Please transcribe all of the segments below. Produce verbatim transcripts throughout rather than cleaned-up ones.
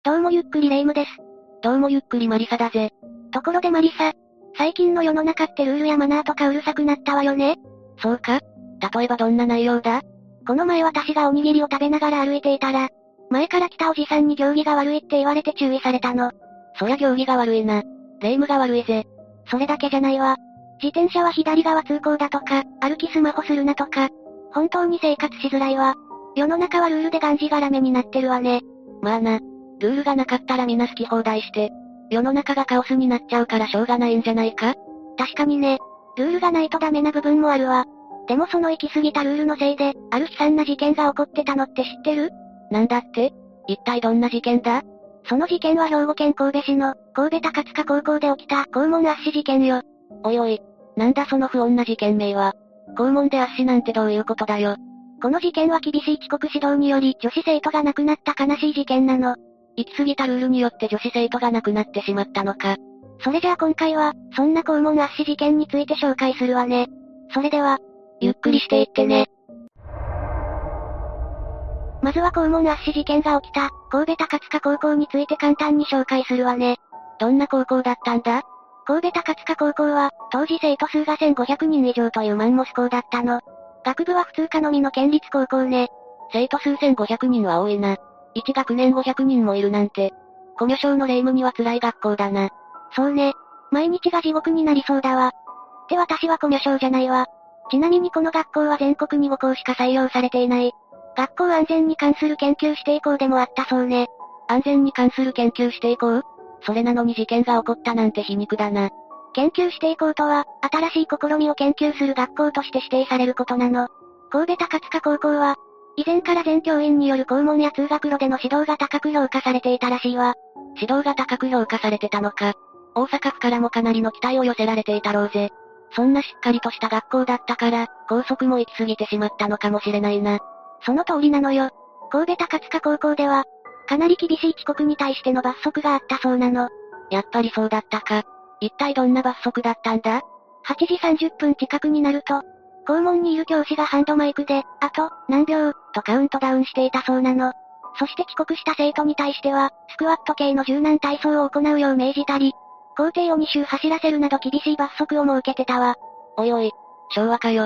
どうもゆっくりレ夢ムです。 どうもゆっくりマリサだぜ。 ところでマリサ、最近の世の中ってルールやマナーとかうるさくなったわよね。 そうか？例えばどんな内容だ？ この前私がおにぎりを食べながら歩いていたら、前から来たおじさんに行儀が悪いって言われて注意されたの。 そりゃ行儀が悪いな。レ夢ムが悪いぜ。 それだけじゃないわ。自転車は左側通行だとか、歩きスマホするなとか、本当に生活しづらいわ。世の中はルールでがんじがらめになってるわね。 まあな。ルールがなかったら皆好き放題して、世の中がカオスになっちゃうからしょうがないんじゃないか？ 確かにね。ルールがないとダメな部分もあるわ。でもその行き過ぎたルールのせいで、ある悲惨な事件が起こってたのって知ってる？ なんだって？一体どんな事件だ？ その事件は兵庫県神戸市の、神戸高塚高校で起きた校門圧死事件よ。 おいおい、なんだその不穏な事件名は。校門で圧死なんてどういうことだよ。 この事件は厳しい遅刻指導により女子生徒が亡くなった悲しい事件なの。 行き過ぎたルールによって女子生徒が亡くなってしまったのか。 それじゃあ今回は、そんな校門圧死事件について紹介するわね。それでは、 ゆっくりしていってね。 まずは校門圧死事件が起きた、神戸高塚高校について簡単に紹介するわね。 どんな高校だったんだ？ 神戸高塚高校は、当時生徒数がせんごひゃくにん以上というマンモス校だったの。学部は普通科のみの県立高校ね。 生徒数せんごひゃくにんは多いな。一学年ごひゃくにんもいるなんて。コミュ障のレ夢ムには辛い学校だな。 そうね。毎日が地獄になりそうだわ。って私はコミュ障じゃないわ。ちなみにこの学校は全国にご校しか採用されていない。学校安全に関する研究指定校でもあったそうね。 安全に関する研究指定校？それなのに事件が起こったなんて皮肉だな。 研究指定校とは、新しい試みを研究する学校として指定されることなの。神戸高塚高校は、以前から全教員による校門や通学路での指導が高く評価されていたらしいわ。 指導が高く評価されてたのか。大阪府からもかなりの期待を寄せられていたろうぜ。そんなしっかりとした学校だったから、校則も行き過ぎてしまったのかもしれないな。 その通りなのよ。神戸高塚高校では、かなり厳しい遅刻に対しての罰則があったそうなの。 やっぱりそうだったか。一体どんな罰則だったんだ？ はちじさんじゅっぷん近くになると、校門にいる教師がハンドマイクで、あと、何秒、とカウントダウンしていたそうなの。そして遅刻した生徒に対しては、スクワット系の柔軟体操を行うよう命じたり、校庭をに周走らせるなど厳しい罰則を設けてたわ。 おいおい、昭和かよ。って、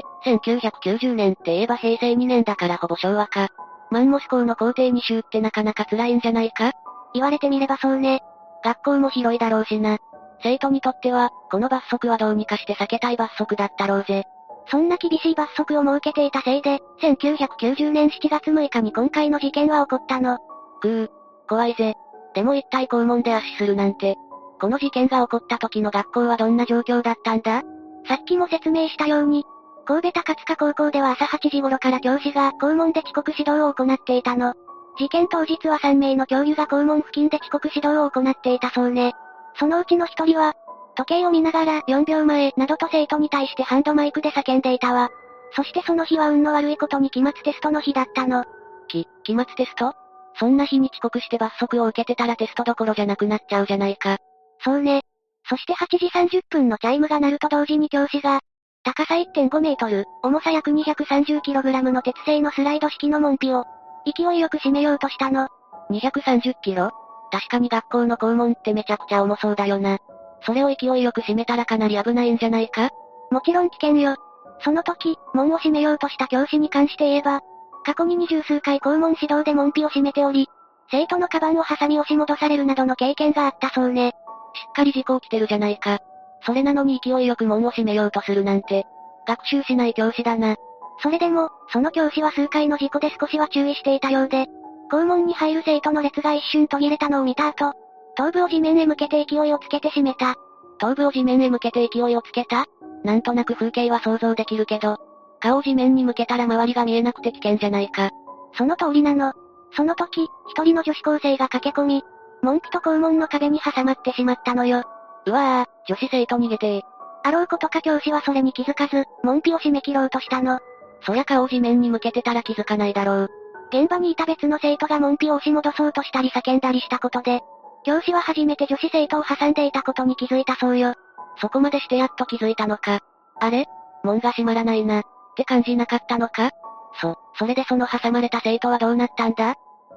せんきゅうひゃくきゅうじゅうねんって言えばへいせいにねんだからほぼ昭和か。マンモス校の校庭に周ってなかなか辛いんじゃないか？ 言われてみればそうね。 学校も広いだろうしな。生徒にとっては、この罰則はどうにかして避けたい罰則だったろうぜ。 そんな厳しい罰則を設けていたせいで、せんきゅうひゃくきゅうじゅうねんしちがつむいかに今回の事件は起こったの。 ぐー、怖いぜ。でも一体校門で圧死するなんて。この事件が起こった時の学校はどんな状況だったんだ？ さっきも説明したように、神戸高塚高校では朝はちじ頃から教師が校門で遅刻指導を行っていたの。事件当日はさんめいの教諭が校門付近で遅刻指導を行っていたそうね。そのうちのひとりは、時計を見ながらよんびょうまえなどと生徒に対してハンドマイクで叫んでいたわ。そしてその日は運の悪いことに期末テストの日だったの。 き、期末テスト？そんな日に遅刻して罰則を受けてたらテストどころじゃなくなっちゃうじゃないか。 そうね。そしてはちじさんじゅっぷんのチャイムが鳴ると同時に教師が、高さ いってんごメートル、重さ約 にひゃくさんじゅうキログラムの鉄製のスライド式の門扉を、勢いよく閉めようとしたの。 にひゃくさんじゅっキロ？確かに学校の校門ってめちゃくちゃ重そうだよな。それを勢いよく閉めたらかなり危ないんじゃないか？ もちろん危険よ。その時、門を閉めようとした教師に関して言えば、過去に二十数回校門指導で門扉を閉めており、生徒のカバンを挟み押し戻されるなどの経験があったそうね。 しっかり事故起きてるじゃないか。それなのに勢いよく門を閉めようとするなんて、学習しない教師だな。 それでも、その教師は数回の事故で少しは注意していたようで、校門に入る生徒の列が一瞬途切れたのを見た後、頭部を地面へ向けて勢いをつけて閉めた。 頭部を地面へ向けて勢いをつけた？なんとなく風景は想像できるけど、顔を地面に向けたら周りが見えなくて危険じゃないか。 その通りなの。その時、一人の女子高生が駆け込み、門扉と校門の壁に挟まってしまったのよ。 うわぁ、女子生徒逃げてー。 あろうことか教師はそれに気づかず、門扉を閉め切ろうとしたの。 そりゃ顔を地面に向けてたら気づかないだろう。 現場にいた別の生徒が門扉を押し戻そうとしたり叫んだりしたことで、教師は初めて女子生徒を挟んでいたことに気づいたそうよ。 そこまでしてやっと気づいたのか。あれ？門が閉まらないな、って感じなかったのか？そ、それでその挟まれた生徒はどうなったんだ？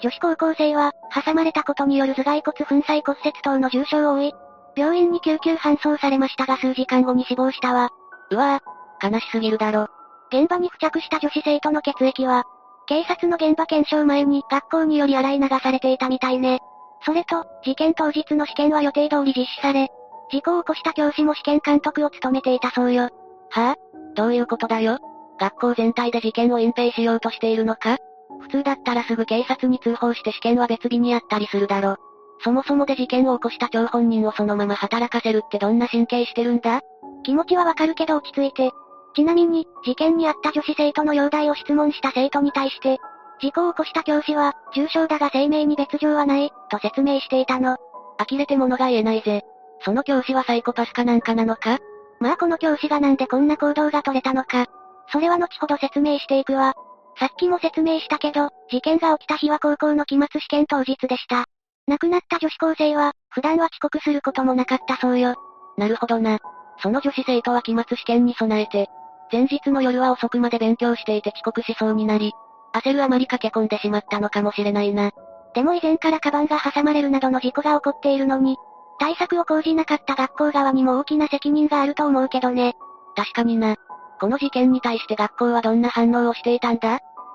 女子高校生は、挟まれたことによる頭蓋骨粉砕骨折等の重傷を負い、病院に救急搬送されましたが数時間後に死亡したわ。 うわぁ、悲しすぎるだろ。 現場に付着した女子生徒の血液は、警察の現場検証前に学校により洗い流されていたみたいね。それと、事件当日の試験は予定通り実施され、事故を起こした教師も試験監督を務めていたそうよ。 はぁ、どういうことだよ。学校全体で事件を隠蔽しようとしているのか？普通だったらすぐ警察に通報して試験は別日にやったりするだろ。そもそもで事件を起こした張本人をそのまま働かせるってどんな神経してるんだ？ 気持ちはわかるけど落ち着いて。ちなみに、事件にあった女子生徒の容体を質問した生徒に対して、事故を起こした教師は、重傷だが生命に別状はない、と説明していたの。 呆れて物が言えないぜ。その教師はサイコパスかなんかなのか？ まあこの教師がなんでこんな行動が取れたのか。それは後ほど説明していくわ。さっきも説明したけど、事件が起きた日は高校の期末試験当日でした。亡くなった女子高生は、普段は遅刻することもなかったそうよ。 なるほどな。その女子生徒は期末試験に備えて、前日の夜は遅くまで勉強していて遅刻しそうになり、焦るあまり駆け込んでしまったのかもしれないな。 でも以前からカバンが挟まれるなどの事故が起こっているのに、対策を講じなかった学校側にも大きな責任があると思うけどね。 確かにな。この事件に対して学校はどんな反応をしていたんだ？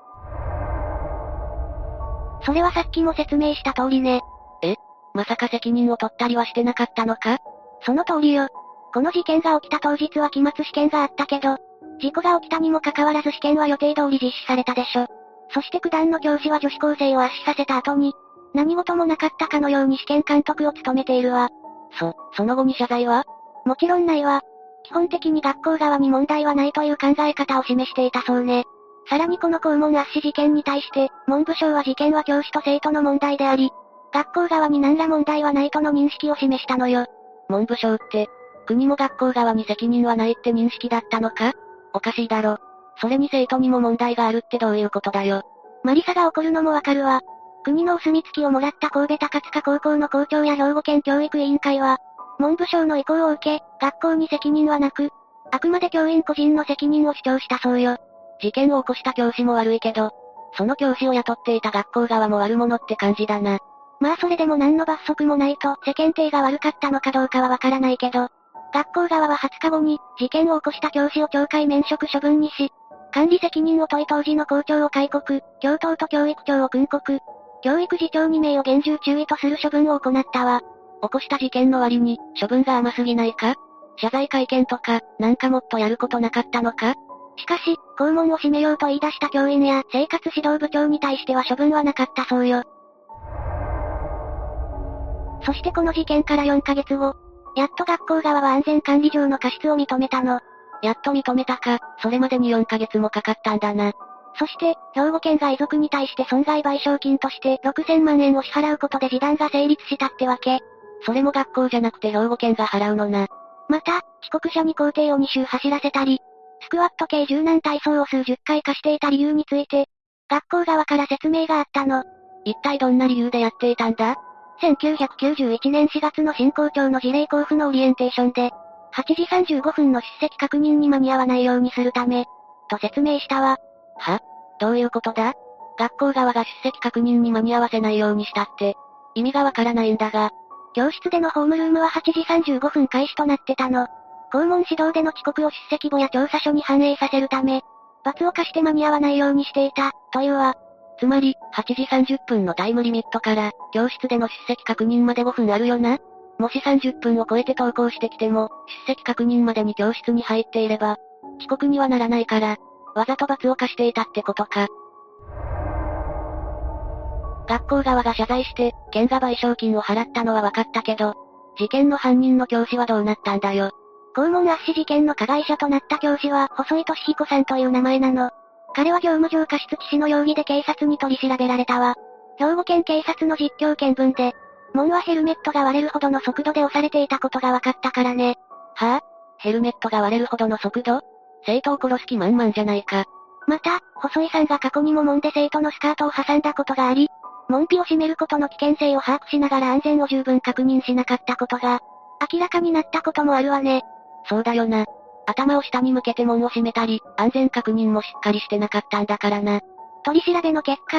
それはさっきも説明した通りね。 え？まさか責任を取ったりはしてなかったのか？ その通りよ。この事件が起きた当日は期末試験があったけど、事故が起きたにもかかわらず試験は予定通り実施されたでしょ。そして九段の教師は女子高生を圧死させた後に、何事もなかったかのように試験監督を務めているわ。 そ、その後に謝罪は？ もちろんないわ。基本的に学校側に問題はないという考え方を示していたそうね。さらにこの校門圧死事件に対して、文部省は事件は教師と生徒の問題であり、学校側に何ら問題はないとの認識を示したのよ。 文部省って、国も学校側に責任はないって認識だったのか？おかしいだろ。それに生徒にも問題があるってどういうことだよ。 マリサが怒るのもわかるわ。国のお墨付きをもらった神戸高塚高校の校長や兵庫県教育委員会は、文部省の意向を受け、学校に責任はなく、あくまで教員個人の責任を主張したそうよ。 事件を起こした教師も悪いけど、その教師を雇っていた学校側も悪者って感じだな。 まあそれでも何の罰則もないと世間体が悪かったのかどうかはわからないけど、学校側ははつかごに、事件を起こした教師を懲戒免職処分にし、管理責任を問い当時の校長を戒告、教頭と教育長を訓告、教育次長に名を厳重注意とする処分を行ったわ。 起こした事件の割に、処分が甘すぎないか？謝罪会見とか、なんかもっとやることなかったのか？ しかし、校門を閉めようと言い出した教員や生活指導部長に対しては処分はなかったそうよ。そしてこの事件からよんかげつご、やっと学校側は安全管理上の過失を認めたの。 やっと認めたか、それまでによんかげつもかかったんだな。 そして、兵庫県が遺族に対して損害賠償金としてろくせんまんえんを支払うことで示談が成立したってわけ。 それも学校じゃなくて兵庫県が払うのな。 また、遅刻者に校庭をに周走らせたり、スクワット系柔軟体操を数十回課していた理由について、学校側から説明があったの。 一体どんな理由でやっていたんだ？ せんきゅうひゃくきゅうじゅういちねんしがつの新校長の辞令交付のオリエンテーションで、はちじさんじゅうごふんの出席確認に間に合わないようにするため、と説明したわ。 は？どういうことだ？学校側が出席確認に間に合わせないようにしたって、意味がわからないんだが。 教室でのホームルームははちじさんじゅうごふん開始となってたの。校門指導での遅刻を出席簿や調査書に反映させるため、罰を課して間に合わないようにしていた、というわ。 つまり、はちじさんじゅっぷんのタイムリミットから、教室での出席確認までごふんあるよな。もしさんじゅっぷんを超えて登校してきても、出席確認までに教室に入っていれば、遅刻にはならないから、わざと罰を課していたってことか。学校側が謝罪して、県が賠償金を払ったのは分かったけど、事件の犯人の教師はどうなったんだよ。 校門圧死事件の加害者となった教師は、細井俊彦さんという名前なの。彼は業務上過失致死の容疑で警察に取り調べられたわ。兵庫県警察の実況見分で、門はヘルメットが割れるほどの速度で押されていたことが分かったからね。 はぁ、あ、ヘルメットが割れるほどの速度？生徒を殺す気満々じゃないか。 また、細井さんが過去にも門で生徒のスカートを挟んだことがあり、門扉を閉めることの危険性を把握しながら安全を十分確認しなかったことが、明らかになったこともあるわね。 そうだよな。頭を下に向けて門を閉めたり、安全確認もしっかりしてなかったんだからな。 取り調べの結果、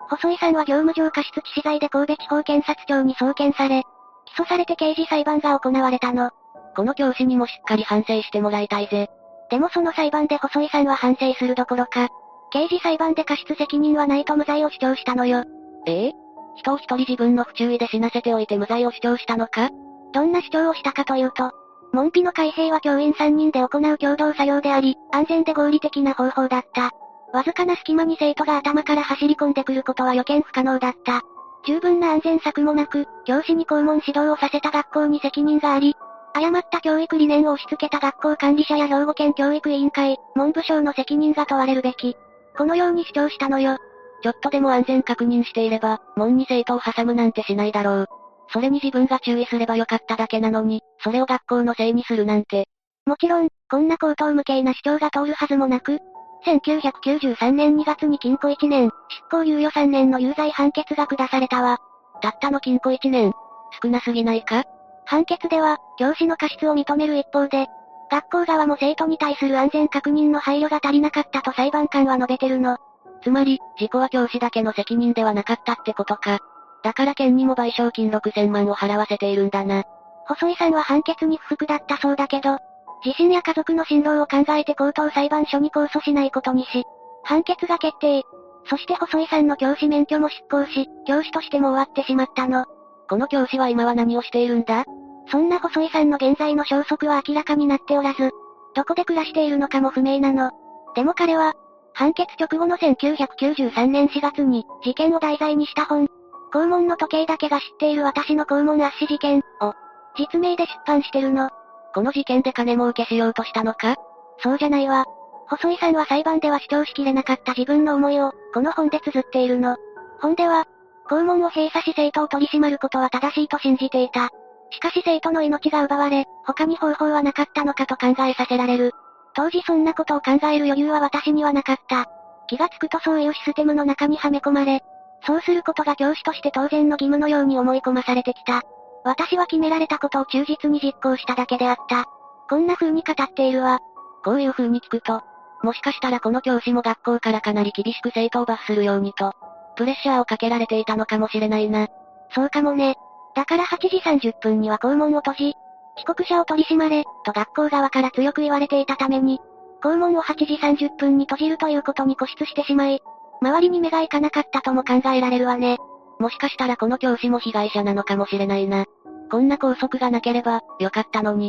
細井さんは業務上過失致死罪で神戸地方検察庁に送検され、起訴されて刑事裁判が行われたの。 この教師にもしっかり反省してもらいたいぜ。 でもその裁判で細井さんは反省するどころか、刑事裁判で過失責任はないと無罪を主張したのよ。 ええ人を一人自分の不注意で死なせておいて無罪を主張したのか？ どんな主張をしたかというと、門扉の開閉は教員さんにんで行う共同作業であり、安全で合理的な方法だった。わずかな隙間に生徒が頭から走り込んでくることは予見不可能だった。十分な安全策もなく、教師に校門指導をさせた学校に責任があり、誤った教育理念を押し付けた学校管理者や兵庫県教育委員会、文部省の責任が問われるべき。このように主張したのよ。 ちょっとでも安全確認していれば、門に生徒を挟むなんてしないだろう。それに自分が注意すればよかっただけなのに、それを学校のせいにするなんて。 もちろん、こんな口頭無形な主張が通るはずもなく、せんきゅうひゃくきゅうじゅうさんねんにがつに禁錮いちねん、執行猶予さんねんの有罪判決が下されたわ。 たったの禁錮いちねん。少なすぎないか？ 判決では、教師の過失を認める一方で、学校側も生徒に対する安全確認の配慮が足りなかったと裁判官は述べてるの。 つまり、事故は教師だけの責任ではなかったってことか。だから県にも賠償金ろくせんまんを払わせているんだな。 細井さんは判決に不服だったそうだけど、自身や家族の進路を考えて高等裁判所に控訴しないことにし、判決が決定。そして細井さんの教師免許も失効し、教師としても終わってしまったの。 この教師は今は何をしているんだ？ そんな細井さんの現在の消息は明らかになっておらず、どこで暮らしているのかも不明なの。でも彼は、判決直後のせんきゅうひゃくきゅうじゅうさんねんしがつに、事件を題材にした本、校門の時計だけが知っている私の校門圧死事件を、実名で出版してるの。 この事件で金儲けしようとしたのか？ そうじゃないわ。細井さんは裁判では主張しきれなかった自分の思いを、この本で綴っているの。本では、校門を閉鎖し生徒を取り締まることは正しいと信じていた。しかし生徒の命が奪われ、他に方法はなかったのかと考えさせられる。当時そんなことを考える余裕は私にはなかった。気がつくとそういうシステムの中にはめ込まれ、そうすることが教師として当然の義務のように思い込まされてきた。私は決められたことを忠実に実行しただけであった。こんな風に語っているわ。 こういう風に聞くと、もしかしたらこの教師も学校からかなり厳しく生徒を罰するようにと、プレッシャーをかけられていたのかもしれないな。 そうかもね。だからはちじさんじゅっぷんには校門を閉じ、遅刻者を取り締まれ、と学校側から強く言われていたために、校門をはちじさんじゅっぷんに閉じるということに固執してしまい、周りに目がいかなかったとも考えられるわね。 もしかしたらこの教師も被害者なのかもしれないな。こんな拘束がなければ、よかったのに。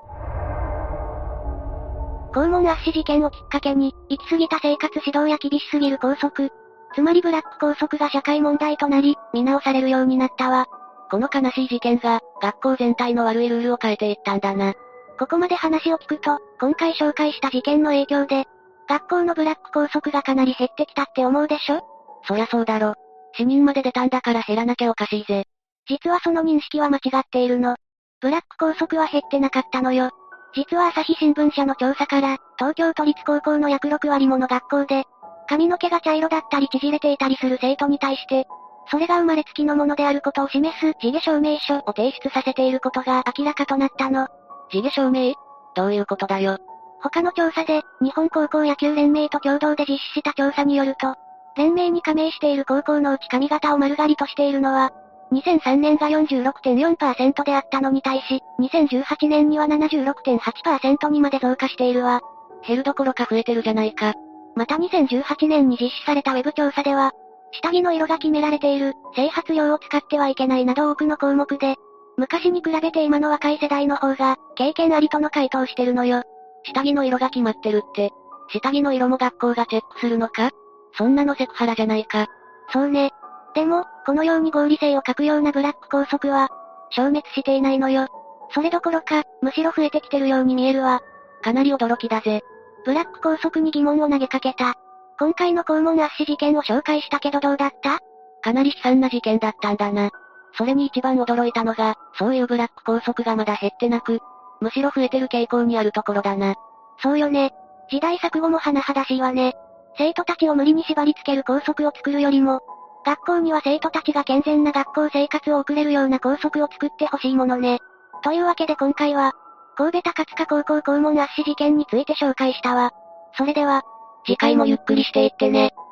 校門圧死事件をきっかけに、行き過ぎた生活指導や厳しすぎる校則、つまりブラック校則が社会問題となり、見直されるようになったわ。 この悲しい事件が、学校全体の悪いルールを変えていったんだな。 ここまで話を聞くと、今回紹介した事件の影響で、学校のブラック校則がかなり減ってきたって思うでしょ？ そりゃそうだろ。死人まで出たんだから減らなきゃおかしいぜ。 実はその認識は間違っているの。ブラック校則は減ってなかったのよ。実は朝日新聞社の調査から、東京都立高校の約ろくわりもの学校で、髪の毛が茶色だったり縮れていたりする生徒に対して、それが生まれつきのものであることを示す地毛証明書を提出させていることが明らかとなったの。 地毛証明？どういうことだよ。 他の調査で、日本高校野球連盟と共同で実施した調査によると、連盟に加盟している高校のうち髪型を丸刈りとしているのは、にせんさんねんが よんじゅうろくてんよんパーセント であったのに対し、にせんじゅうはちねんには ななじゅうろくてんはちパーセント にまで増加しているわ。 減るどころか増えてるじゃないか。 またにせんじゅうはちねんに実施されたウェブ調査では、下着の色が決められている、整髪用を使ってはいけないなど多くの項目で、昔に比べて今の若い世代の方が、経験ありとの回答してるのよ。 下着の色が決まってるって、下着の色も学校がチェックするのか？そんなのセクハラじゃないか。 そうね。でも、このように合理性を欠くようなブラック校則は、消滅していないのよ。それどころか、むしろ増えてきてるように見えるわ。 かなり驚きだぜ。 ブラック校則に疑問を投げかけた。今回の校門圧死事件を紹介したけどどうだった？ かなり悲惨な事件だったんだな。それに一番驚いたのが、そういうブラック校則がまだ減ってなく、むしろ増えてる傾向にあるところだな。 そうよね。時代錯誤も甚だしいわね。生徒たちを無理に縛り付ける校則を作るよりも、学校には生徒たちが健全な学校生活を送れるような校則を作ってほしいものね。というわけで今回は、神戸高塚高校校門圧死事件について紹介したわ。それでは、 次回もゆっくりしていってね。